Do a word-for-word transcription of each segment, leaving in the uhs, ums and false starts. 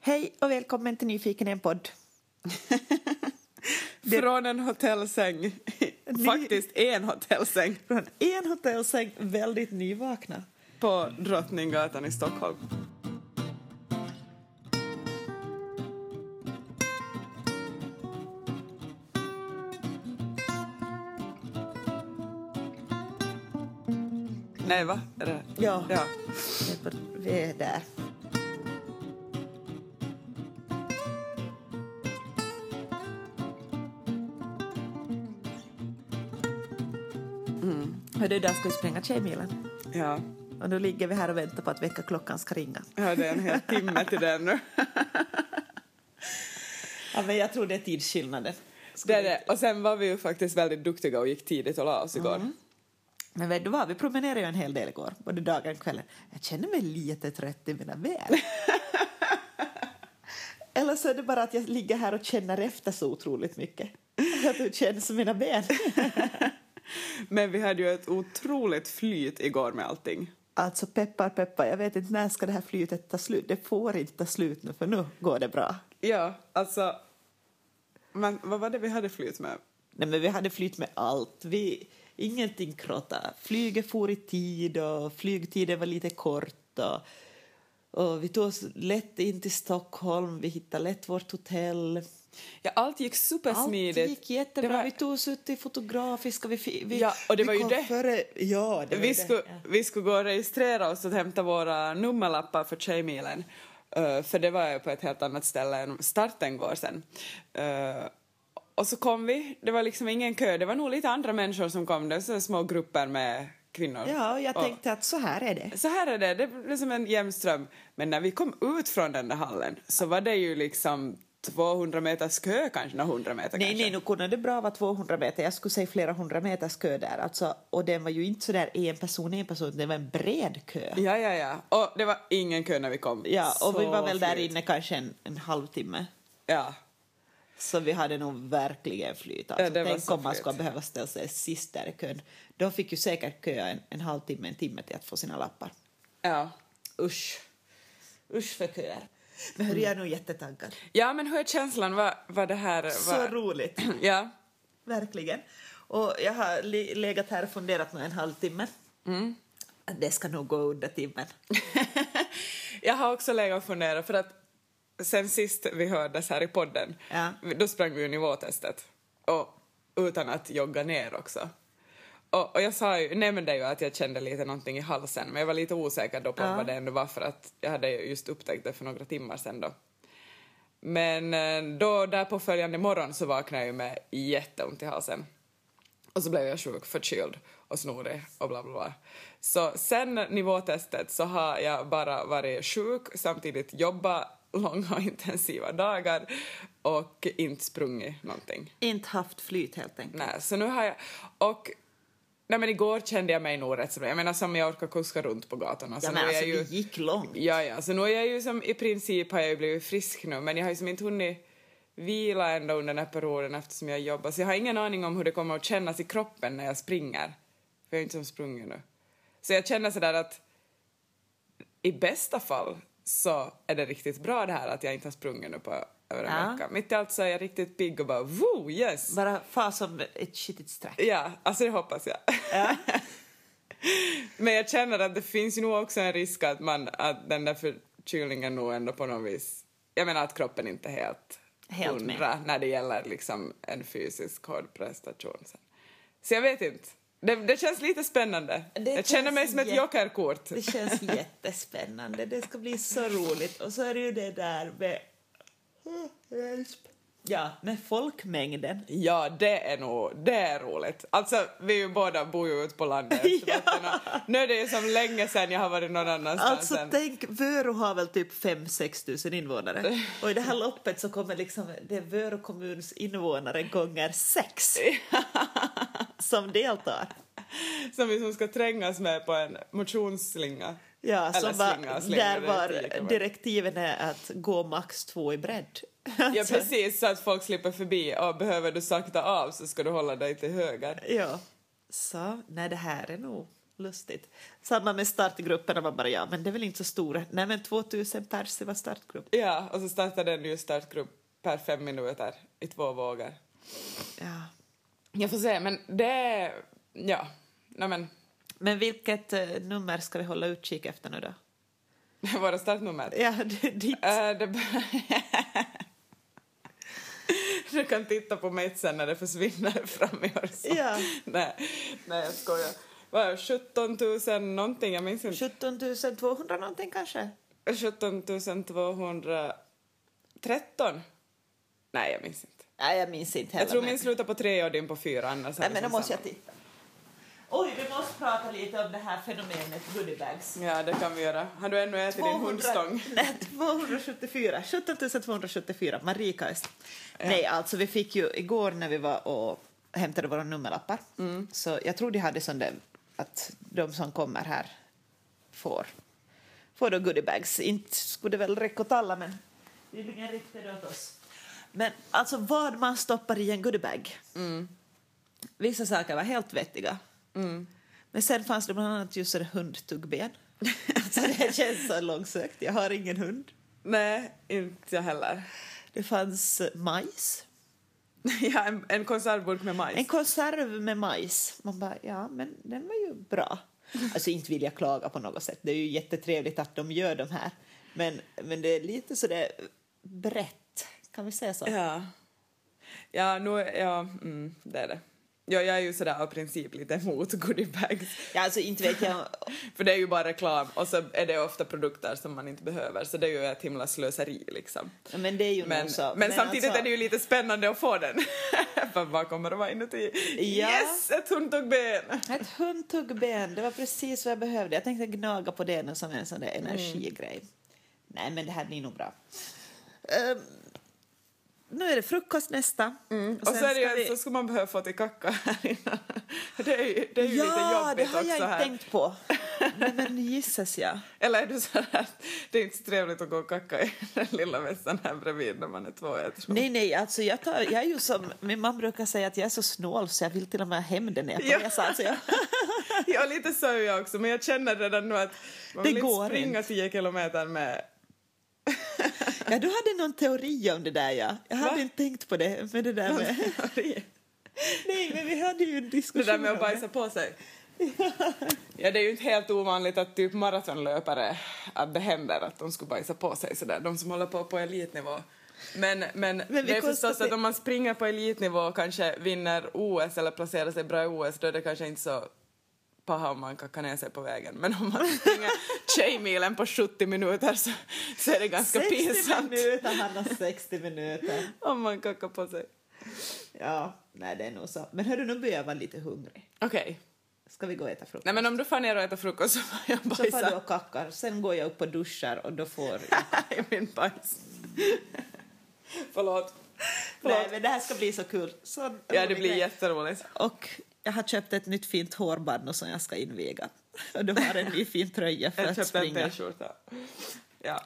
Hej och välkommen till Nyfiken, en podd. Från en hotellsäng. Faktiskt en hotellsäng. Från en hotellsäng, väldigt nyvakna. På Drottninggatan i Stockholm. Nej, va? Är det? Ja, Ja. vi är där. Mm. Hörde, där ska vi spränga Tjejmilen. Ja. Och nu ligger vi här och väntar på att väckarklockan ska ringa. Ja, det är en hel timme till den nu. Ja, men jag tror det är tidsskillnaden. Det är det. Och sen var vi ju faktiskt väldigt duktiga och gick tidigt och la oss igår. Mm. Men vet du vad, vi promenerade ju en hel del igår, både dagen och kvällen. Jag känner mig lite trött i mina ben. Eller så är det bara att jag ligger här och känner efter så otroligt mycket. Att det känns som mina ben. Men vi hade ju ett otroligt flyt igår med allting. Alltså peppar, peppar, jag vet inte när ska det här flytet ta slut. Det får inte ta slut nu, för nu går det bra. Ja, alltså... Men vad var det vi hade flyt med? Nej, men vi hade flyt med allt. Vi... Ingenting krotta. Flyget for i tid och flygtiden var lite kort. Och, och vi tog oss lätt in till Stockholm. Vi hittade lätt vårt hotell. Ja, allt gick supersmidigt. Allt gick jättebra. Var... Vi tog oss ut till Fotografiska. Vi, vi, ja, och det vi var ju det. Före... Ja, det var vi, det. skulle, Ja. vi skulle gå och registrera oss och hämta våra nummerlappar för Tjejmilen. Uh, för det var ju på ett helt annat ställe än starten går sen. Uh, Och så kom vi, det var liksom ingen kö, det var nog lite andra människor som kom, det så små grupper med kvinnor. Ja, jag och tänkte att så här är det. Så här är det, det är som en jämnström. Men när vi kom ut från den där hallen så var det ju liksom tvåhundra meters kö, kanske några hundra meter. Nej, kanske. nej, nu kunde det bra vara tvåhundra meter. Jag skulle säga flera hundra meters kö där. Alltså, och den var ju inte så där en person, en person, det var en bred kö. Ja, ja, ja. Och det var ingen kö när vi kom. Ja, och så vi var väl där flyt. inne kanske en, en halvtimme. Ja. Så vi hade nog verkligen flyt. Alltså, Ja, det var tänk så om man flyt. skulle behöva ställa sig sist där i kön. De fick ju säkert köa en, en halvtimme, en timme till att få sina lappar. Ja. Usch. Usch för köer. Men hör, jag är nog jättetaggad. Ja, men hur är känslan? Vad, vad det här... Så vad... roligt. Ja. Verkligen. Och jag har li- legat här och funderat med en halvtimme. Mm. Det ska nog gå under timmen. Jag har också legat och funderat för att sen sist vi hördes här i podden, Ja. då sprang vi ju nivåtestet. Och utan att jogga ner också. Och, och jag sa ju, nämnde ju att jag kände lite någonting i halsen. Men jag var lite osäker då på Ja. vad det ändå var, för att jag hade just upptäckt det för några timmar sedan då. Men då där på följande morgon så vaknade jag ju med jätteont i halsen. Och så blev jag sjuk, förkyld och snorig och bla bla bla. Så sen nivåtestet så har jag bara varit sjuk, samtidigt jobbat långa och intensiva dagar och inte sprungit någonting. Inte haft flyt helt enkelt. Nej, så nu har jag... Och... Nej, men igår kände jag mig nog rätt så bra. Jag menar, som jag orkar kuska runt på gatorna. Ja, så men nu är alltså jag ju... det gick långt. Ja, ja. Så nu är jag ju som... I princip har jag ju blivit frisk nu. Men jag har ju som inte hunnit vila ändå under den här perioden eftersom jag jobbar. Så jag har ingen aning om hur det kommer att kännas i kroppen när jag springer. För jag är inte som sprungit nu. Så jag känner sådär att i bästa fall så är det riktigt bra det här att jag inte har sprungit nu på över en Ja. vecka. Mitt i allt så är jag riktigt pigg och bara, woo, yes! Bara fas som ett skitigt strack. Ja, alltså det hoppas jag. Ja. Men jag känner att det finns ju nog också en risk att, man, att den där förkylningen nog ändå på något vis... Jag menar att kroppen inte är helt, Helt med. hundra när det gäller liksom en fysisk hård prestation. Sen. Så jag vet inte. Det, det känns lite spännande. Det jag känner känns mig som ett jä- jokerkort. Det känns jättespännande. Det ska bli så roligt. Och så är det ju det där med... Ja, med folkmängden. Ja, det är nog, det är roligt. Alltså, vi ju båda bor ju ute på landet. Ja. Nu är det ju som länge sedan jag har varit någon annanstans. Alltså än. tänk, Vörå har väl typ fem sex tusen invånare. Och i det här loppet så kommer liksom det Vörå kommuns invånare gånger sex som deltar. Som vi som ska trängas med på en motionsslinga. Ja, Eller som var, slinga, slinga, där det är var tio kilometer. direktiven är att gå max två i bredd. Ja, Alltså, precis, så att folk slipper förbi. Och behöver du sakta av så ska du hålla dig till höger. ja. Så, nej, det här är nog... lustigt. Samma med startgrupperna var bara, ja, men det är väl inte så stora. Nej, men tvåtusen pers var startgrupp. Ja, och så startade en ny startgrupp per fem minuter i två vågor. Ja. Jag får se, men det... Ja, nej men... Men vilket uh, nummer ska vi hålla utkik efter nu då? Våra startnummer? Ja, det, ditt. Äh, det... Du kan titta på mig sen när det försvinner fram i horisonten. Ja. Nej, nej, jag skojar. Vad är det? sjutton tusen någonting, jag minns inte. sjutton tusen tvåhundra någonting kanske? sjutton tusen tvåhundratretton? Nej, jag minns inte. Nej, jag minns inte heller. Jag tror men... min slutar på tre och din på fyra. Annars Nej, men då måste jag titta. Oj, vi måste prata lite om det här fenomenet goodiebags. Ja, det kan vi göra. Har du ännu ätit din hundstång? Nej, tvåhundrasjuttiofyra. sjutton tusen tvåhundrasjuttiofyra. Marika. Ja. Nej, alltså vi fick ju igår när vi var och hämtade våra nummerlappar. Mm. Så jag tror de hade sån där att de som kommer här får, får då goodiebags. Inte skulle det väl räcka åt alla, men det är ingen riktigt åt oss. Men alltså vad man stoppar i en goodiebag. Mm. Vissa saker var helt vettiga. Mm. Men sen fanns det bland annat just det hundtuggben. Så det känns så långsökt. Jag har ingen hund. Nej, inte jag heller. Det fanns majs. Ja, en, en konservburk med majs. En konserv med majs. Man bara, ja, men den var ju bra. Alltså inte vill jag klaga på något sätt. Det är ju jättetrevligt att de gör de här. Men, men det är lite så det brett. Kan vi säga så? Ja. Ja, nu, ja mm, det är det. Ja, jag är ju sådär av princip lite emot goodiebags. Ja, alltså inte vet jag. För det är ju bara reklam och så är det ofta produkter som man inte behöver. Så det är ju ett himla slöseri liksom. Ja, men det är ju men, så. Men, men samtidigt alltså... är det ju lite spännande att få den. För vad kommer det vara inuti? Ja. Yes, ett hundtuggben! Ett hundtuggben, det var precis vad jag behövde. Jag tänkte gnaga på det som en sån där energigrej. Mm. Nej, men det här blir nog bra. Um, Nu är det frukost nästa. Mm. Och, och så, är det ju, vi... så ska man behöva få till kacka här innan. Det är ju, det är ju ja, lite jobbigt också. Ja, det har jag inte här. tänkt på. Nej, men gissas jag. Eller är du så här, det är inte så trevligt att gå och kacka i den lilla vässan här bredvid när man är två, jag tror. Nej, nej, alltså jag, tar, jag är ju som, min mamma brukar säga att jag är så snål så jag vill till och med hem den när jag på resa. Alltså jag... jag är lite så jag också, men jag känner redan nu att man vill det inte springa inte. tio kilometer med... Ja, du hade någon teori om det där, ja. Jag hade Va? inte tänkt på det med det där med... Nej, men vi hade ju en diskussion. Det där med att bajsa på sig. Ja, det är ju inte helt ovanligt att typ maratonlöpare, att det händer att de skulle bajsa på sig sådär. De som håller på på elitnivå. Men, men, men det är förstås att om man springer på elitnivå och kanske vinner O S eller placerar sig bra i O S, då är det kanske inte så... paha om man kackar ner sig på vägen. Men om man springer tjejmilen på sjuttio minuter så, så är det ganska pinsamt. sextio minuter, han har sextio minuter. Om man kackar på sig. Ja, nej det är nog så. Men hörru, nu börjar jag vara lite hungrig. Okej. Okay. Ska vi gå och äta frukost? Nej, men om du får ner och äta frukost så får jag bajsa. Så får du och kackar. Sen går jag upp och duschar och då får jag... I min bajs. Förlåt. Förlåt. Nej, men det här ska bli så kul. Så ja, det blir grej. Jätteroligt. Och... jag har köpt ett nytt fint hårband som jag ska inviga. Och du har en ny fin tröja för att springa. Jag köpte en t-skjorta. Ja.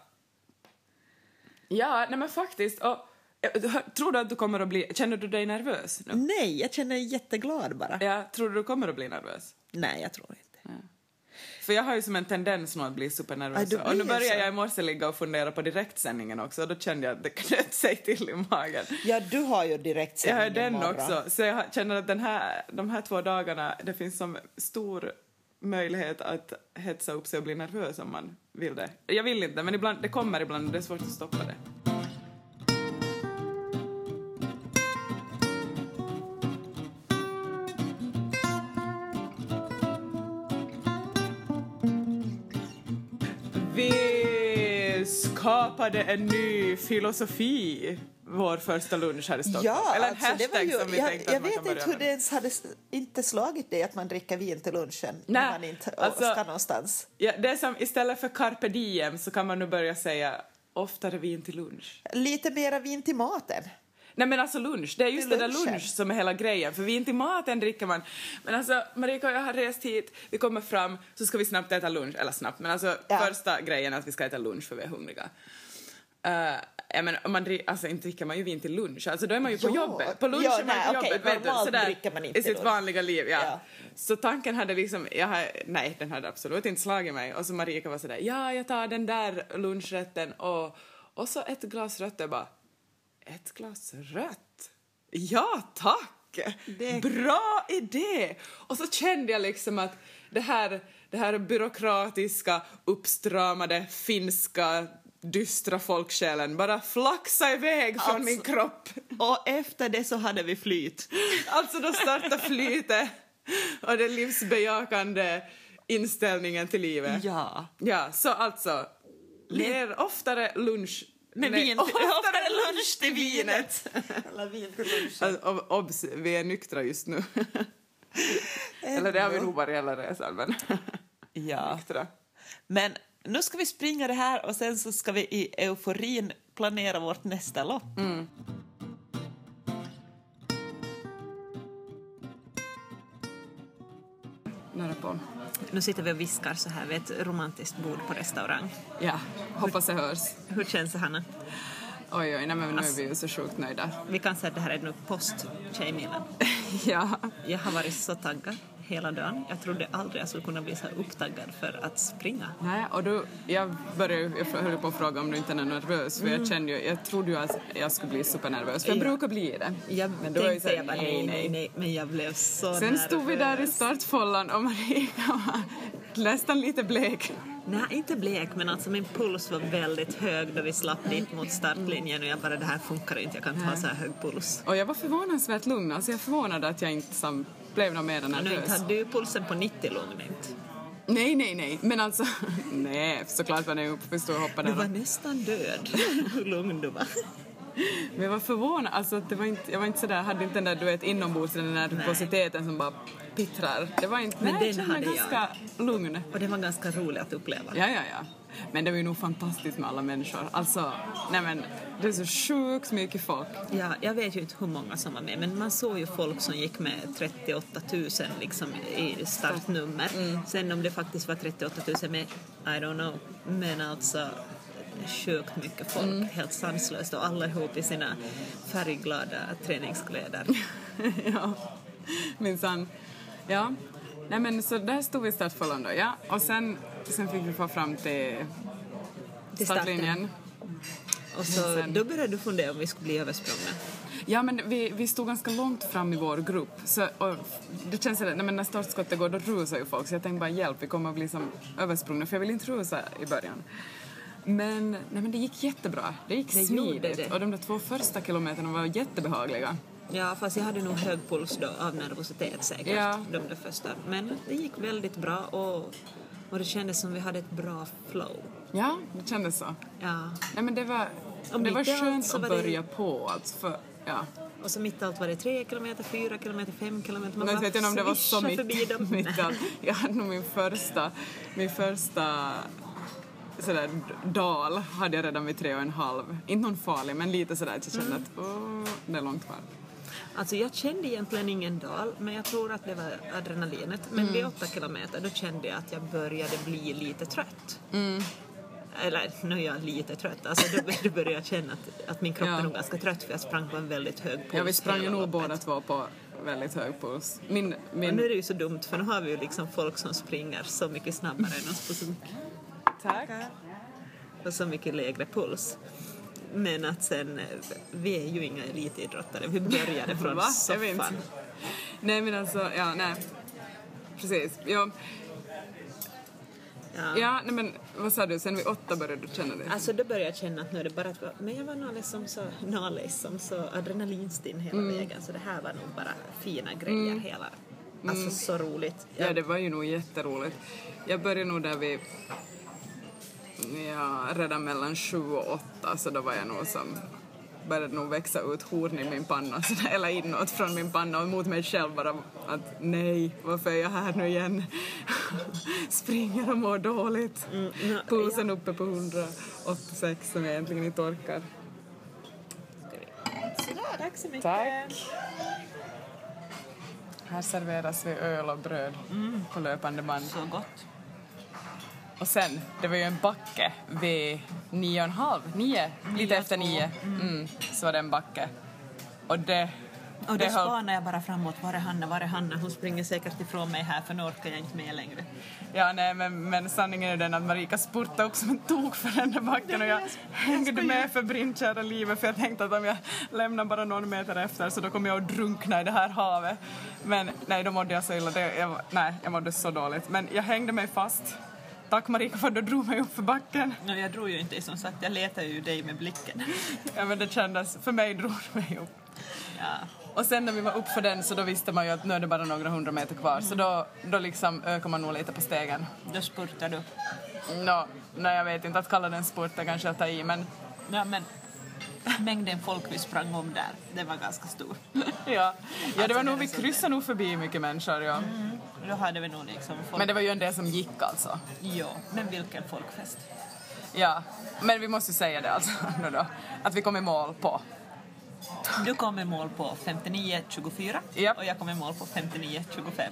Ja, nej men faktiskt. Och, tror du att du kommer att bli... Känner du dig nervös nu? Nej, jag känner mig jätteglad bara. Ja, tror du du kommer att bli nervös? Nej, jag tror inte. Ja. För jag har ju som en tendens nu att bli supernervös. Ja, och nu börjar jag i morse ligga och fundera på direktsändningen också. Och då kände jag att det knöt sig till i magen. Ja, du har ju direktsändning. Jag har den imorgon. Också. Så jag känner att den här, de här två dagarna, det finns som stor möjlighet att hetsa upp sig och bli nervös om man vill det. Jag vill inte, men ibland, det kommer ibland och det är svårt att stoppa det. Vi skapade en ny filosofi, vår första lunch här i Stockholm. Ja, eller en alltså, hashtag det var ju, som vi jag, tänkte jag att man vet kan inte hur det ens hade inte slagit det att man dricker vin till lunchen. Nej, när man inte alltså, ska någonstans. Ja, det är som istället för carpe diem så kan man nu börja säga oftare vin till lunch. Lite mera vin till maten. Nej, men alltså lunch, det är just det där lunch som är hela grejen. För vin till maten dricker man. Men alltså, Marika och jag har rest hit, vi kommer fram, så ska vi snabbt äta lunch. Eller snabbt, men alltså ja. Första grejen är att vi ska äta lunch för vi är hungriga. Uh, jag menar, om man dri- alltså, inte dricker man ju vin till lunch. Alltså då är man ju på Ja. jobbet. På lunch Ja, är man nej, på okej, jobbet. vet du, normalt sådär, dricker man inte i sitt lunch. vanliga liv. Ja. Ja. Så tanken hade liksom, jag har, nej den hade absolut inte slagit mig. Och så Marika var sådär, ja jag tar den där lunchrätten och, och så ett glas rött. Jag bara, ett glas rött? Ja tack! Det- Bra idé! Och så kände jag liksom att det här, det här byråkratiska, uppstramade, finska, dystra folksjälen bara flaxa iväg från Alltså- min kropp. Och efter det så hade vi flyt. Alltså då startade flytet och den livsbejakande inställningen till livet. Ja. Ja, så alltså, ler oftare lunch... Men nej, vin, oftare lunch till vinet. Eller vin till lunchen. Alltså, ob- obs, vi är nyktra just nu. Eller det har vi nog varit hela resan, men Ja. nyktra. Men nu ska vi springa det här och sen så ska vi i euforin planera vårt nästa lopp. Mm. Nära på. Nu sitter vi och viskar så här vid ett romantiskt bord på restaurang. Ja, hoppas det hörs. Hur känns det, Hanna? Oj, oj, nej, men nu är vi ju så sjukt nöjda. Vi kan säga att det här är nu post-tjejmilen. Ja. Jag har varit så taggad hela dagen. Jag trodde aldrig jag skulle kunna bli så här upptaggad för att springa. Nej, och då, jag började, jag höll på att fråga om du inte är nervös, för jag kände ju, jag trodde ju att jag skulle bli supernervös, för jag Ja. brukar bli det. Jag Men då var jag tänkte så jag här, bara nej, nej, nej, men jag blev så Sen nervös. stod vi där i startfållan och Marika var nästan lite blek. Nej, inte blek, men alltså min puls var väldigt hög då vi slapp dit mot startlinjen och jag bara, det här funkar inte, jag kan inte ha så här hög puls. Och jag var förvånansvärt lugn, alltså jag förvånade att jag inte som, blev någon mer Och nu inte nervös. hade du pulsen på nittio lugn inte. Nej, nej, nej, men alltså, nej, såklart var jag uppe och stod och hoppade Du var där. nästan död, hur lugn du var. Men jag var förvånad, alltså det var inte, jag var inte sådär, hade inte den där, du vet, inombords, den där nervositeten som bara pittrar. Det var inte, Men nej, den jag kände mig hade ganska lugn. Och det var ganska roligt att uppleva. Ja, ja, ja. Men det var ju nog fantastiskt med alla människor. Alltså, nej men, det är så sjukt mycket folk. Ja, jag vet ju inte hur många som var med, men man såg ju folk som gick med trettioåtta tusen liksom i startnummer. Mm. Sen om det faktiskt var trettioåtta tusen med, I don't know. Men alltså, sjukt mycket folk, mm. helt sanslöst och alla ihop i sina färgglada träningskläder. Ja, minsann. Ja, nej men så där stod vi i startfållan då, ja. Och sen, sen fick vi få fram till, Till startlinjen. Och så, Sen- då började du fundera om vi skulle bli översprungna. Ja, men vi, vi stod ganska långt fram i vår grupp. Så, och det känns att när startskottet går, då rusar ju folk. Så jag tänkte bara, hjälp, vi kommer att bli som översprungna. För jag vill inte rusa i början. Men, nej, men det gick jättebra. Det gick Det gjorde smidigt. det. Och de där två första kilometerna var jättebehagliga. Ja, fast jag hade nog hög puls då av nervositet säkert, Ja. de där första. Men det gick väldigt bra och, och det kändes som vi hade ett bra flow. Ja, det kändes så. Ja. Nej, men det var, Och det var mitt i allt skönt så att var det- börja på. Alltså, för, ja. Och så mitt i allt var det tre kilometer, fyra kilometer, fem kilometer. Man Men jag bara vet inte om det var så svischade förbi mitt, dem. mitt i allt. Jag hade nog min första, min första sådär, dal hade jag redan vid tre och en halv. Inte någon farlig, men lite sådär att jag kände Mm. att åh, det är långt kvar. Alltså jag kände egentligen ingen dal, men jag tror att det var adrenalinet. Men Mm. vid åtta kilometer då kände jag att jag började bli lite trött. Mm. Eller nu är jag lite trött. Alltså då, då började jag känna att, att min kropp Ja. är nog ganska trött för jag sprang på en väldigt hög puls. Ja, vi sprang ju hela nog loppet. båda två på väldigt hög puls. Min, Och nu min... är det ju så dumt för nu har vi ju liksom folk som springer så mycket snabbare än oss på så, Tack. på så mycket lägre puls. Men att sen, eh, vi är ju inga elitidrottare. Vi började från Va? Jag vet soffan. inte. Nej, men alltså, ja, nej. Precis. Ja, Ja. ja nej, men vad sa du? Sen vid åtta började du känna det? Alltså då började jag känna att nu är det bara att, men jag var nog liksom så, nå liksom så adrenalinstinn hela Mm. vägen. Så det här var nog bara fina grejer hela. Alltså så roligt. Ja, det var ju nog jätteroligt. Jag började nog där vid... Ja, redan mellan sju och åtta, så då var jag nog som... Började nog växa ut horn i min panna, så där, eller inåt från min panna och mot mig själv bara att nej, varför är jag här nu igen? Springer och mår dåligt. Mm, no, Pulsen uppe på hundraåttiosex som jag egentligen inte orkar. Sådär, tack så mycket. Tack. Här serveras vi öl och bröd på löpande band. Så gott. Och sen, det var ju en backe vid nio och en halv, nio, lite Nio, efter två. nio. Mm. Så var det en backe. Och det... Och då det höll- spanar jag bara framåt. Var är Hanna? Var är Hanna? Hon springer säkert ifrån mig här för nu orkar jag inte med längre. Ja, nej, men, men sanningen är den att Marika spurtade upp som en tok för den där backen och jag hängde med för brinnkära livet för jag tänkte att om jag lämnar bara någon meter efter så då kommer jag att drunkna i det här havet. Men nej, då mådde jag så illa. Det, jag, nej, jag mådde så dåligt. Men jag hängde mig fast. Tack Marika för att du drog mig upp för backen. No, jag drog ju inte, som sagt, jag letade ju dig med blicken. Ja, men det kändes, för mig drog det mig upp. Ja. Och sen när vi var upp för den så då visste man ju att nu är det bara några hundra meter kvar. Så då, då liksom ökar man nog lite på stegen. Då spurtar du. No, nej, jag vet inte att kalla den sport är kanske att ta i, men Ja, men mängden folk vi sprang om där, det var ganska stor. ja, ja det var det nog, är vi så kryssade nog förbi mycket människor, ja. Mm. Då hade vi nog liksom folk... Men det var ju en del som gick alltså. Ja, men vilken folkfest. Ja, men vi måste ju säga det alltså nu då, att vi kom i mål på. Du kom i mål på femtionio tjugofyra Japp. och jag kom i mål på femtionio tjugofem.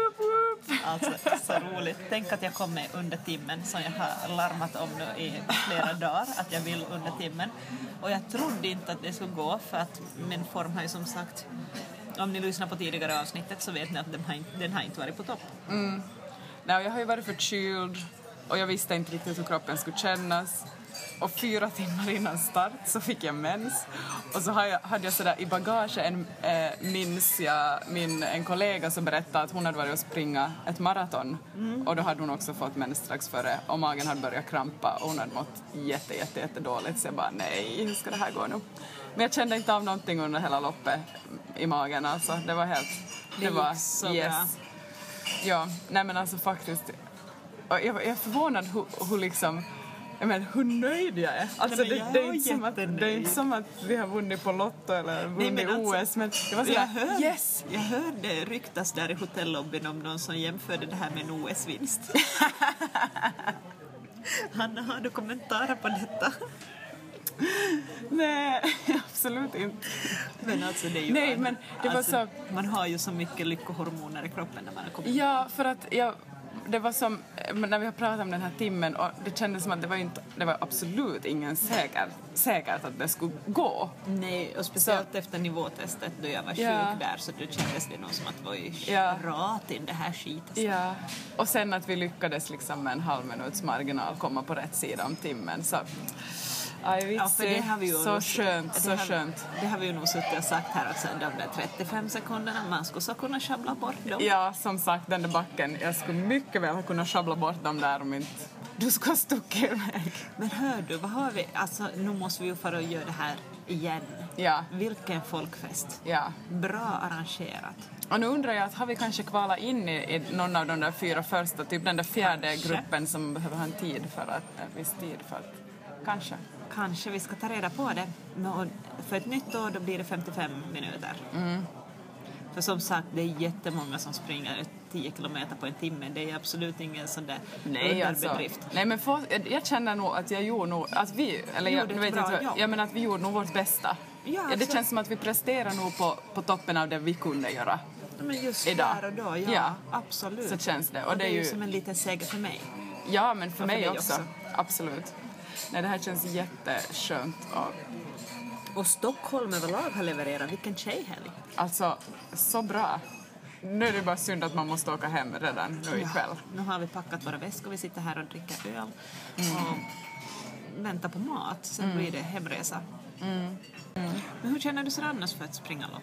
Alltså, så roligt. Tänk att jag kom med under timmen som jag har larmat om nu i flera dagar att jag vill under timmen. Och jag trodde inte att det skulle gå för att min form har ju som sagt, om ni lyssnar på tidigare avsnittet så vet ni att den har inte, den har inte varit på topp. Mm. Nej, jag har ju varit förkyld och jag visste inte riktigt hur kroppen skulle kännas. Och fyra timmar innan start så fick jag mens. Och så hade jag, hade jag sådär i bagage en, äh, minns jag min, en kollega som berättade att hon hade varit och springa ett maraton. Mm. Och då hade hon också fått mens strax före och magen hade börjat krampa och hon hade mått jätte, jätte, jätte dåligt. Så jag bara, nej, hur ska det här gå nu? Men jag kände inte av någonting under hela loppet i magen. Alltså, det var helt... Det, det var så yes. bra. Ja, nej men alltså faktiskt... Och jag, jag är förvånad hur, hur liksom... Jag menar, hur nöjd jag är. Alltså, Nej, det, jag det, är är inte som att, det är inte som att vi har vunnit på Lotto eller vunnit Nej, men alltså, O S. Men det var jag, sådär, hör, yes! jag hörde ryktas där i hotellobbyn om någon som jämförde det här med en O S-vinst. Hanna, har du kommentarer på detta? Nej, absolut inte. Men alltså det är ju... Nej, men det var alltså, så... Man har ju så mycket lyckohormoner i kroppen när man har kommit. Ja, för att jag... Det var som, när vi har pratat om den här timmen och det kändes som att det var, inte, det var absolut ingen säker, säkert att det skulle gå. Nej, och speciellt så, efter nivåtestet då jag var sjuk ja. där så då kändes det nog som att det var ju ja. rat in det här skiten. Ja, och sen att vi lyckades liksom med en halv minuts marginal komma på rätt sida om timmen så... Aj, Ja, för det har vi ju så nog, skönt, så det har, skönt. Det har vi ju nog suttit och sagt här också, de där trettiofem sekunderna, man skulle så kunna schabbla bort dem. Ja, som sagt, den där backen, jag skulle mycket väl ha kunnat schabbla bort dem där om inte du skulle ha stuckit iväg. Men hör du, vad har vi, alltså nu måste vi ju fara och göra det här igen. Ja. Vilken folkfest. Ja. Bra arrangerat. Och nu undrar jag att har vi kanske kvalat in i, i någon av de där fyra första, typ den där fjärde Kanske. gruppen som behöver ha en tid för att, en viss tid för att, kanske. Kanske vi ska ta reda på det. Men för ett nytt år då blir det femtiofem minuter. Mm. För som sagt, det är jättemånga som springer tio kilometer på en timme. Det är absolut ingen sån där Nej, underbedrift. alltså, nej men för, jag, jag känner nog att jag gjorde nog, att vi, eller jag, Gjorde nu ett vet bra jag inte, jobb. jag menar att vi gjorde nog vårt bästa. Ja, Ja, det alltså- känns som att vi presterar nog på, på toppen av det vi kunde göra. Men just Idag. där och då, ja, Ja. absolut. Så känns det. Och, Och det är ju ju- som en liten seger för mig. Ja, men för för mig dig också. också. Absolut. Nej, det här känns jätteskönt. Och, Och Stockholm överlag har levererat. Vilken tjejhelg. alltså, så bra. Nu är det bara synd att man måste åka hem redan nu ikväll. Nu har vi packat våra väskor. Vi sitter här och dricker öl. Och väntar på mat. Sen blir det hemresa. Men hur känner du sig annars för att springa lopp?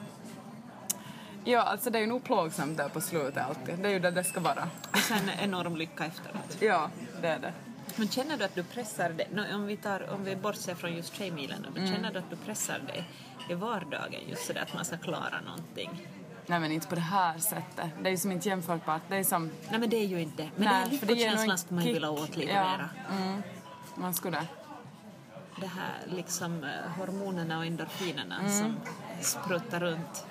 Ja, alltså det är ju nog plågsamt där på slutet alltid. Det är ju det det ska vara. Och sen enorm lycka efteråt. Ja, det är det. Men känner du att du pressar dig, no, om vi tar, om vi bortser från just tjejmilen, då känner du att du pressar dig i vardagen just så där att man ska klara någonting? Nej, men inte på det här sättet. Det är ju som inte jämförbart. Det är som... Nej, men det är ju inte. Men Nej, den här för det ger nog lyckokänslan en skulle man ju kick. vilja åt lite Ja. mera. Mm. Man skulle det. Det här liksom eh, hormonerna och endorfinerna som spruttar runt.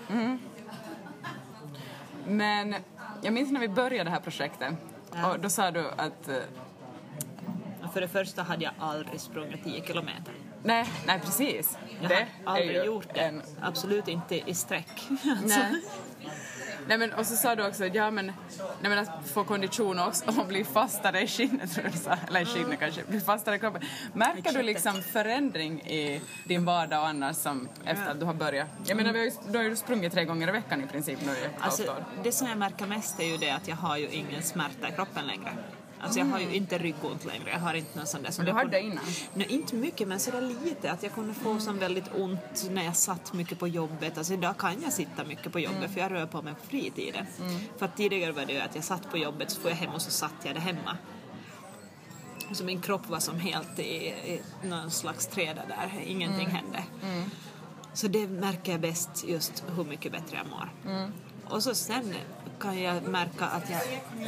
Men jag minns när vi började det här projektet. Ja. Och då sa du att... eh, Och för det första hade jag aldrig sprungit tio kilometer. Nej, nej precis. Jag det har aldrig är ju gjort det. En, Absolut inte i sträck. Alltså. nej. Nej, men, och så sa du också att, ja, men, nej, men att få kondition också och bli fastare i skinnet, tror du sa. Eller i skinnet kanske, bli fastare i kroppen. Märker du liksom förändring i din vardag och annars som efter att du har börjat? Jag menar, vi har ju, du har ju sprungit tre gånger i veckan i princip nu i alltså, det som jag märker mest är ju det att jag har ju ingen smärta i kroppen längre. Alltså jag har ju inte ryggont längre, jag har inte någon sån där... Men du hade det innan? Nej, inte mycket, men sådär lite. Att jag kunde få som väldigt ont när jag satt mycket på jobbet. Alltså idag kan jag sitta mycket på jobbet, mm. för jag rör på mig på fritiden. Mm. För att tidigare var det ju att jag satt på jobbet, så får jag hem och så satt jag det hemma. Så min kropp var som helt i, i någon slags träda där, ingenting mm. hände. Mm. Så det märker jag bäst, just hur mycket bättre jag mår. Mm. Och så sen kan jag märka att jag...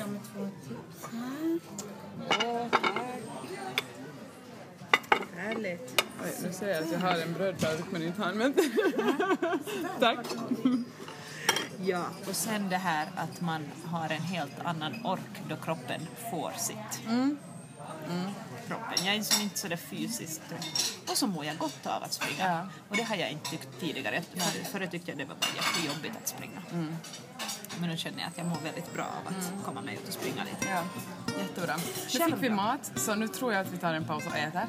Härligt. Oj, nu ser jag att jag har en brödtallrik men inte har använt. Tack. Ja, och sen det här att man har en helt annan ork då kroppen får sitt. Mm. Mm. Kroppen. Jag är liksom inte så där fysiskt. Och så mår jag gott av att springa. Ja. Och det har jag inte tyckt tidigare. För, förut tyckte jag det var bara jättejobbigt att springa. Mm. Men nu känner jag att jag mår väldigt bra av att mm. komma med ut och springa lite. Ja, jättebra. Nu fick vi mat, så nu tror jag att vi tar en paus och äter.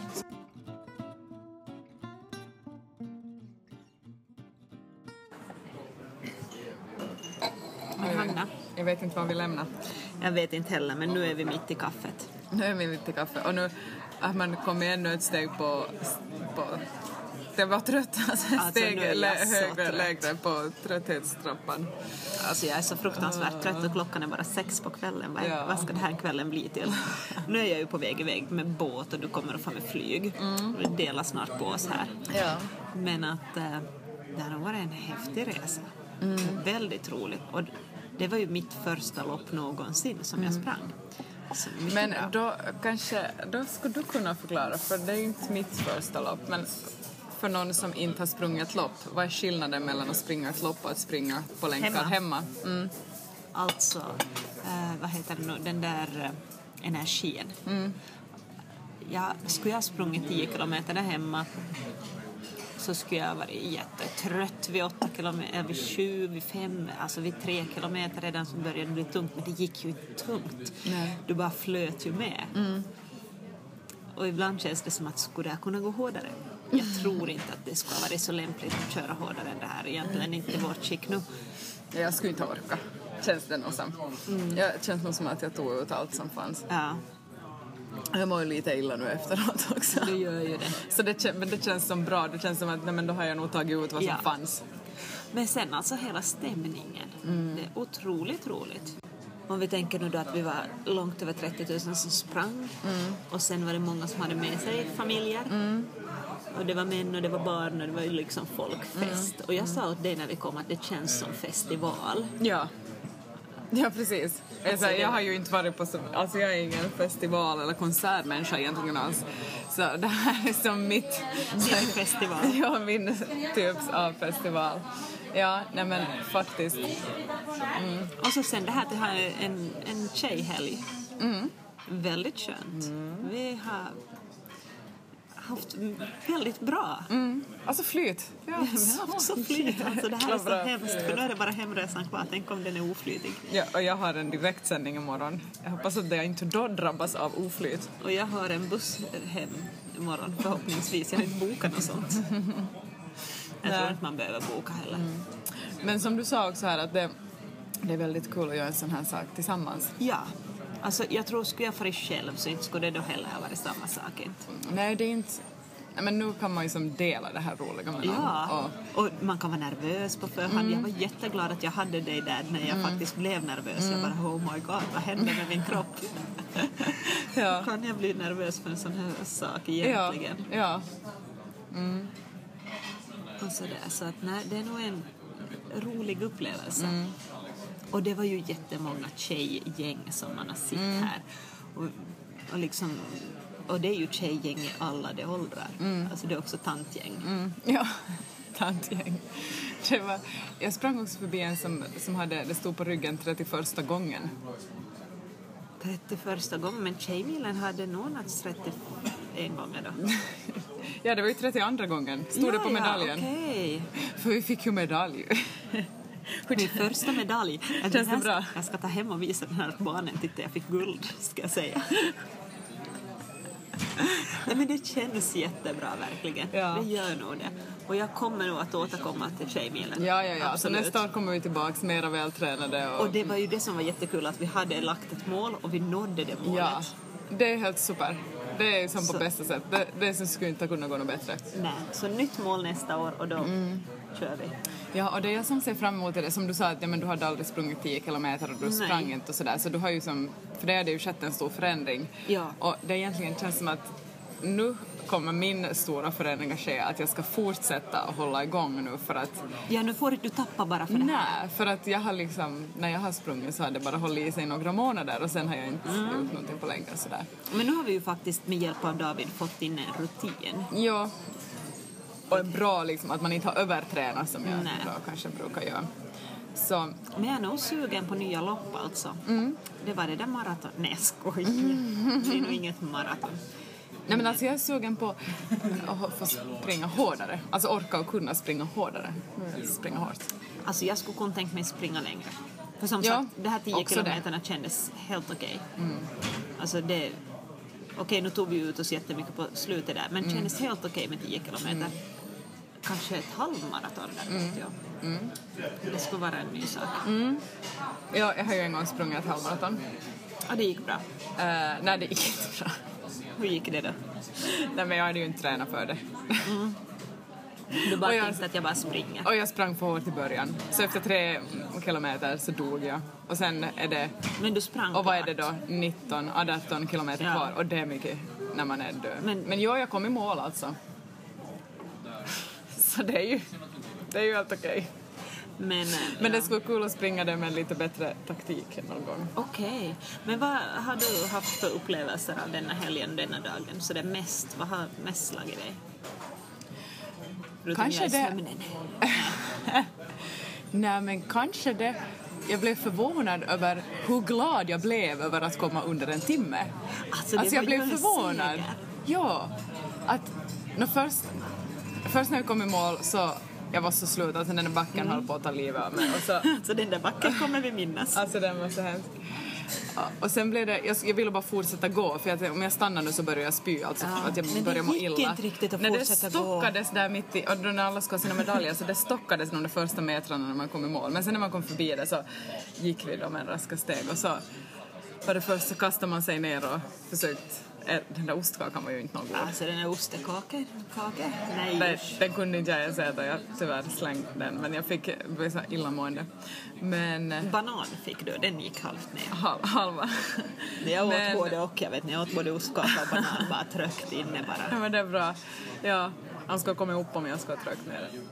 Men Hanna? Jag vet inte vad vi lämnar. Jag vet inte heller, men nu är vi mitt i kaffet. Nu är vi mitt i kaffe. Och nu har man kommit ännu ett steg på... på det var trött, alltså ett alltså, steg lä- högre, lägre på trötthetstrappan. Alltså jag är så fruktansvärt trött och klockan är bara sex på kvällen. Vad, ja. vad ska den här kvällen bli till? Nu är jag ju på väg iväg med båt och du kommer att få med flyg. Mm. Vi delar snart på oss här. Ja. Men att äh, det har varit en häftig resa. Mm. Väldigt roligt. Och det var ju mitt första lopp någonsin som mm. jag sprang. Men då kanske, då skulle du kunna förklara, för det är ju inte mitt första lopp, men för någon som inte har sprungit ett lopp, vad är skillnaden mellan att springa ett lopp och att springa på länkar hemma? hemma? Mm. Alltså, eh, vad heter det nu, den där eh, energin. Mm. Ja, skulle jag sprungit tio kilometer där hemma så skulle jag vara jättetrött vid åtta kilometer, vid sju, vid fem, alltså vid tre kilometer redan som började bli tungt, men det gick ju inte tungt. Nej. Du bara flöt ju med. Mm. Och ibland känns det som att skulle jag kunna gå hårdare. Jag tror inte att det skulle vara så lämpligt att köra hårdare än det här. Egentligen inte i vårt skick nu. Jag skulle inte orka. Känns det nog som. Mm. Jag känns nog som att jag tog ut allt som fanns. Ja. Jag mår ju lite illa nu efteråt också. Du gör ju det. Så det, men det känns som bra. Det känns som att nej, men då har jag nog tagit ut vad som ja. fanns. Men sen alltså hela stämningen. Mm. Det är otroligt roligt. Om vi tänker nu då att vi var långt över trettio tusen som sprang. Mm. Och sen var det många som hade med sig familjer. Mm. Och det var män och det var barn och det var ju liksom folkfest. Mm. Och jag sa åt dig när vi kom att det känns som festival. Ja. Ja, precis. Alltså, jag har ju inte varit på så... Alltså jag är ingen festival- eller konsertmänniska egentligen alls. Så det här är som mitt... Din festival. Ja, min typ av festival. Ja, nej men faktiskt. Mm. Och så sen det här att det här är en, en tjejhelg. Mm. Väldigt skönt. Mm. Vi har haft väldigt bra. Mm. Alltså flyt. Ja, vi har haft så flyt. Alltså det här är så hemskt. För nu är det bara hemresan kvar. Tänk om den är oflytig. Ja, och jag har en direktsändning imorgon. Jag hoppas att jag inte då drabbas av oflyt. Och jag har en buss hem imorgon förhoppningsvis. Jag har inte bokat något sånt. Jag tror inte man behöver boka heller. Mm. Men som du sa också här att det, det är väldigt kul att göra en sån här sak tillsammans. Ja. Alltså jag tror skulle jag farit själv så inte skulle det då heller ha varit samma sak. Inte. Nej, det är inte... Men nu kan man ju som dela det här roliga med någon. Ja, och, och man kan vara nervös på förhand. Mm. Jag var jätteglad att jag hade dig där när jag mm. faktiskt blev nervös. Mm. Jag bara, oh my god, vad hände med min kropp? Ja. Kan jag bli nervös för en sån här sak egentligen? Ja, ja. Mm. Och så där, så att nej, det är nog en rolig upplevelse. Mm. Och det var ju jättemånga tjejgäng som man har sett mm. här. Och, och, liksom, och det är ju tjejgäng i alla de åldrar. Mm. Alltså det är också tantgäng. Mm. Ja, tantgäng. Det var, jag sprang också förbi en som, som hade, det stod på ryggen trettioförsta gången. trettioförsta gången? Men tjejmilen hade nånats trettioen gånger då. Ja, det var ju trettioandra gången. Stod ja, det på medaljen. Ja, okej. För vi fick ju medalj. Min första medalj. Känns det här, bra? Jag ska ta hem och visa den här barnen. Titta, jag fick guld, ska jag säga. Nej, men det känns jättebra, verkligen. Ja. Det gör nog det. Och jag kommer nog att återkomma till Tjejmilen. Ja, ja, ja. Så Absolut. nästa år kommer vi tillbaka mera vältränade. Och... Och det var ju det som var jättekul, att vi hade lagt ett mål och vi nådde det målet. Ja, det är helt super. Det är som på Så. bästa sätt. Det, det som skulle inte kunna gå något bättre. Nej, så nytt mål nästa år och då Mm. kör vi. Ja, och det jag som ser fram emot är det som du sa att ja, men du hade aldrig sprungit tio kilometer och du Nej. sprang inte och sådär. Så du har ju som, för det hade ju skett en stor förändring. Ja. Och det egentligen känns som att nu kommer min stora förändring att ske, att jag ska fortsätta att hålla igång nu för att Ja, nu får du tappa bara för det här. nej, för att jag har liksom, när jag har sprungit så har det bara hållit i sig några månader och sen har jag inte Mm. gjort någonting på länge sådär. Men nu har vi ju faktiskt med hjälp av David fått in en rutin. Ja. Och är bra liksom att man inte har övertränat som jag Nej. då kanske brukar göra. Så, Men jag är nog sugen på nya lopp alltså. Mm. Det var det där maraton. Nej, jag skojar. Det är nog inget maraton. nej men alltså jag är sugen på att få springa hårdare. Alltså orka och kunna springa hårdare. Springa hårt. Alltså jag skulle kunna tänka mig springa längre. För som Ja, sagt, det här tio också det. kilometerna kändes helt okej. Mm. Alltså det... Okej, nu tog vi ut oss jättemycket på slutet där. Men det Mm. kändes helt okej med tio kilometer. Kanske ett halvmaraton där, Mm. vet jag. Det skulle vara en ny sak. Ja, jag har ju en gång sprungit ett halvmaraton. Ja, det gick bra. Uh, nej, det gick inte bra. Hur gick det då? Nej, men jag hade ju inte tränat för det. Du bara Och jag- tänkte att jag bara springer. Och jag sprang för hårt i början. Så efter tre kilometer så dog jag. Och sen är det... Men du sprang Och vad är klart. det då? nitton, arton kilometer Ja. kvar. Och det är mycket när man är död. Men- Men, men jo, jag kom i mål alltså. Så det är ju, det är ju helt okej. Men, eh, Men det ja. skulle vara kul att springa det med lite bättre taktik någon gång. Okej. Men vad har du haft för upplevelser av denna helgen, denna dagen? Så det är mest, vad har mest slagit dig? Förutom Kanske jag i det- sömnen. Nej, men kanske det... Jag blev förvånad över hur glad jag blev över att komma under en timme. Alltså, det Alltså var jag blev ju en förvånad. seger. Ja. Att, no, först, först när vi kom i mål så jag var så slut att den där backen Mm. höll på att ta livet av mig. Och så, Så den där backen kommer vi minnas. alltså den var så hemsk. Ja, och sen blev det, jag, jag ville bara fortsätta gå för att om jag stannar nu så börjar jag spy, alltså Ja, att jag men det börjar må gick illa. inte riktigt att Nej, fortsätta det gå. stockades där mitt i, och då när alla skulle ha sina medaljer så det stockades de första metrarna när man kom i mål. Men sen när man kom förbi det så gick vi då med en raska steg och så för det första så kastade man sig ner och försökt, eh, den där ostkakan var ju inte någon god. Alltså den där ostekaka, kaka? Nej, Den, usch. den kunde inte jag ens äta, jag tyvärr slängde den men jag fick bli så illamående. Men eh, Banan fick du, den gick halvt ner. hal, halva. Jag åt Men- både och, jag vet ni, jag åt både ostkaka och banan, bara trökt inne Ja, bara. men det är bra. Ja, han ska komma upp om jag ska ha tryckt ner den.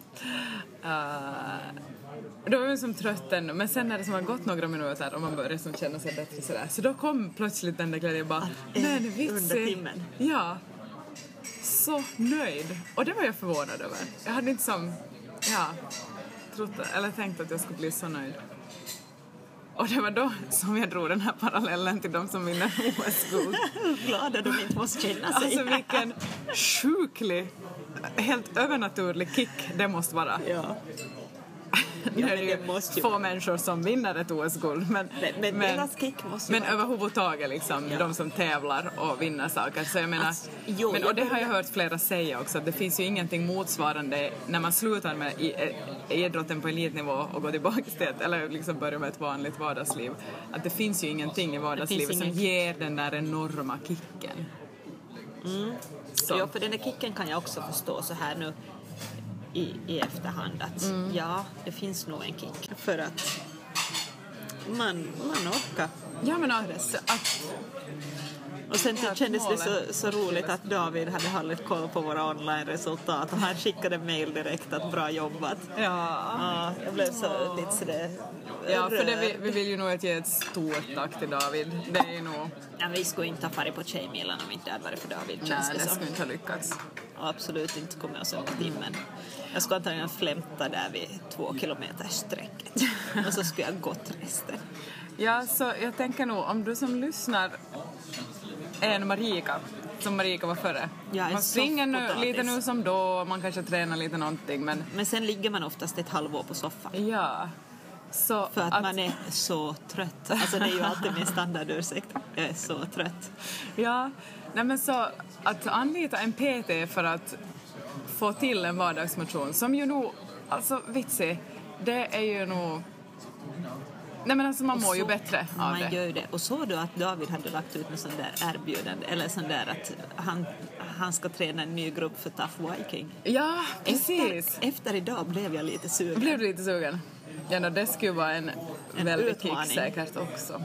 Uh, då var jag som trött ännu, men sen när det som har gått några minuter och man börjar som känna sig bättre sådär. Så då kom plötsligt den där glädjen bara, eh, men vitsi. under timmen. Ja. Så nöjd. Och det var jag förvånad över. Jag hade inte som, ja, trott, eller tänkt att jag skulle bli så nöjd. Och det var då som jag drog den här parallellen till de som vinner O S-guld. Hur glada de inte måste känna sig. Alltså vilken sjuklig, helt övernaturlig kick det måste vara. Ja. Nu Ja, är men det det ju måste ju få människor som vinner ett O S-guld. Men, Men, men, deras kick måste ju men vara... överhuvudtaget liksom, Ja. de som tävlar och vinner saker. Så jag menar, Alltså, jo, men, jag och det har jag börjar- hört flera säga också, att det finns ju ingenting motsvarande när man slutar med i, i, idrotten på elitnivå och går tillbaka till det, eller liksom börjar med ett vanligt vardagsliv. Att det finns ju ingenting i vardagslivet som ingen- ger den där enorma kicken. Så. Ja, för den där kicken kan jag också förstå så här nu i, i efterhand att Mm. ja, det finns nog en kick. För att man, man orkar. Ja, men att, att Och sen Ja, kändes det målet. så, så roligt att David hade hållit koll på våra online-resultat och han skickade mail direkt att bra jobbat. ja, Ja, jag blev så lite sådär ja, för det, vi, rörd. vi vill ju nog att ge ett stort tack till David. Det är ju nog, Ja, vi skulle inte ha farit på Tjejmilen om inte det hade varit för David, känns nej, det det som. skulle inte ha lyckats. Och absolut inte kommer jag söka timmen. Jag skulle antagligen flämta där vid två kilometers sträcket. Och så skulle jag gått resten. Ja, så jag tänker nog, om du som lyssnar är en Marika, som Marika var före. Ja, en man springer nu, soffpotatis. lite nu som då, man kanske tränar lite någonting, men Men sen ligger man oftast ett halvår på soffan. ja. Så För att, att man är så trött. Alltså det är ju alltid min standardursäkt. Jag är så trött. Ja, nej men så att anlita en P T för att få till en vardagsmotion som ju nog, alltså vitsig, det är ju nog... Nej men alltså man mår så, ju bättre av man det. Gör det. Och så du att David hade lagt ut en sån där erbjudande, eller sån där att han, han ska träna en ny grupp för Tough Viking. Ja, precis. Efter, efter idag blev jag lite sugen. Blev du lite sugen? Ja, no, det skulle vara en, En väldigt kick utmaning. säkert också.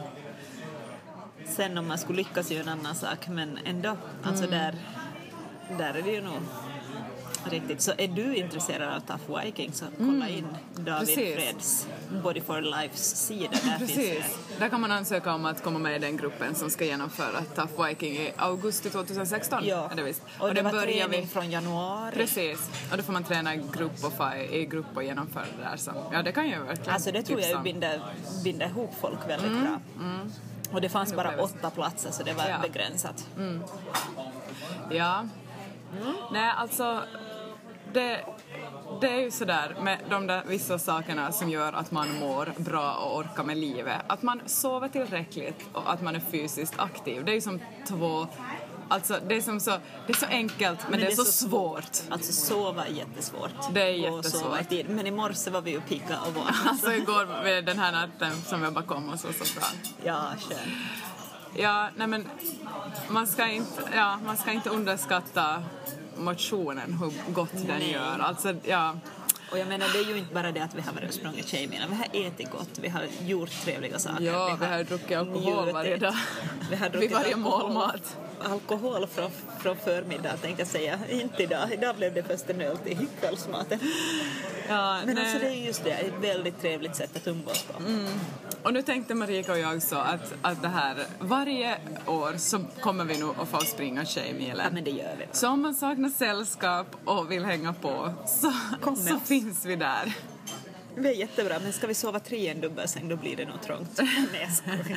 Sen om man skulle lyckas är ju en annan sak, men ändå, alltså mm. där, där är det ju nog riktigt. Så är du intresserad av Tough Viking så kolla in David Precis. Freds Body for Lifes sida. Där Precis. finns Där kan man ansöka om att komma med i den gruppen som ska genomföra Tough Viking i augusti tjugohundrasexton. Ja, är det visst. och, och det var börjar träning vi... från januari. Precis, och då får man träna grupp och fa- i grupp och genomföra det där. Så. Ja, det kan ju verkligen. Alltså det tror jag ju tipsa. binder, binder ihop folk väldigt Mm. bra. Mm. Och det fanns bara upplevelse. åtta platser så det var Ja. begränsat. Mm. Ja. Mm. Nej, alltså det, det är ju sådär med de där vissa sakerna som gör att man mår bra och orkar med livet. Att man sover tillräckligt och att man är fysiskt aktiv. Det är ju som två... Alltså det är, som så, det är så enkelt men, men det är, det är så, så svårt. svårt. Alltså sova är jättesvårt. Det är jättesvårt. Sova i tid. Men i morse var vi ju pigga och vakna. Alltså igår med den här natten som jag bakom oss och så bra. Ja, skön. Ja, nej men man ska inte, ja, man ska inte underskatta motionen, hur gott den Nej. gör. Alltså, ja. Och jag menar, det är ju inte bara det att vi har varit och sprungit tjejmilen. Vi har ätit gott, vi har gjort trevliga saker. Ja, vi har, vi har druckit alkohol njutit. varje dag. Vi har druckit vid varje alkohol. målmat. Alkohol från, från förmiddag tänkte jag säga. Inte idag. Idag blev det först en öl till kvällsmaten. Ja, men nej. alltså det är just det, ett väldigt trevligt sätt att umgås på. Mm. Och nu tänkte Marika och jag så att, att det här, varje år så kommer vi nog att få springa tjejmilen. Ja, men det gör vi. Så om man saknar sällskap och vill hänga på så, så finns vi där. Det är jättebra, men ska vi sova tre i en dubbelsäng då blir det nog trångt. Nej, jag skojar.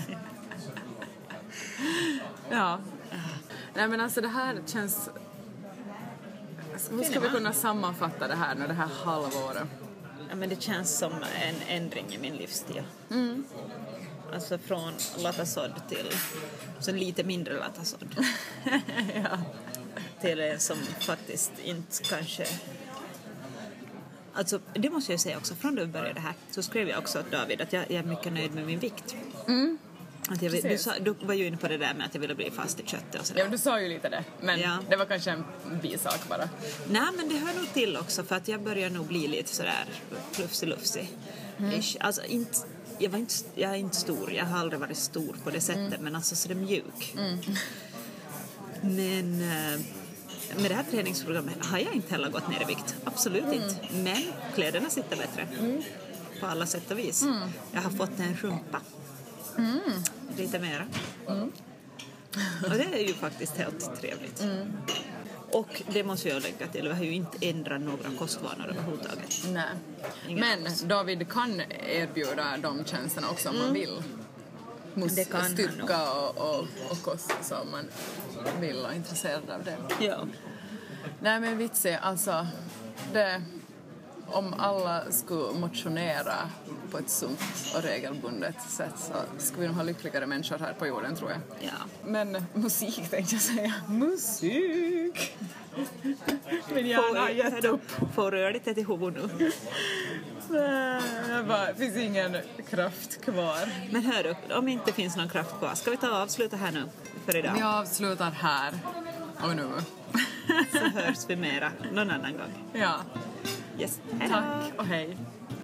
Ja. Nej men alltså det här känns... Hur ska vi kunna sammanfatta det här nu, det här halvåret? Ja, men det känns som en ändring i min livsstil. Mm. Alltså från latasådd till så lite mindre latasådd. Ja. Till en som faktiskt inte kanske... Alltså det måste jag säga också, från då vi började här så skrev jag också åt David att jag, jag är mycket nöjd med min vikt. Mm. Att jag, du, sa, du var ju inne på det där med att jag ville bli fast i köttet och sådär. Ja, du sa ju lite det, men ja. Det var kanske en bisak bara. Nej, men det hör nog till också för att jag börjar nog bli lite sådär flufsig-lufsig. Mm. Alltså inte... Jag, var inte, jag är inte stor, jag har aldrig varit stor på det sättet, mm. men alltså så det är mjuk. Mm. Men med det här träningsprogrammet har jag inte heller gått ner i vikt. Absolut mm. inte. Men kläderna sitter bättre. Mm. På alla sätt och vis. Mm. Jag har fått en rumpa. Mm. Lite mera. Mm. Och det är ju faktiskt helt trevligt. Mm. Och det måste jag lägga till. Vi har ju inte ändrat några kostvanor överhuvudtaget. Nej. Inga Men kost. David kan erbjuda de tjänsterna också om mm. man vill. Mus- det kan styrka och, och, och kost som man vill och är intresserad av det. Ja. Nej men vitsig, alltså det, om alla skulle motionera på ett sunt och regelbundet sätt så skulle vi nog ha lyckligare människor här på jorden, tror jag. Ja. Men musik tänkte jag säga. Musik! Men jag har gett upp. Får rörligt till huvudet nu. Jag bara, det finns ingen kraft kvar. Men hör upp, om det inte finns någon kraft kvar, ska vi ta och avsluta här nu för idag? Vi avslutar här och nu. Så hörs vi mera någon annan gång. Ja. Yes. Tack och hej.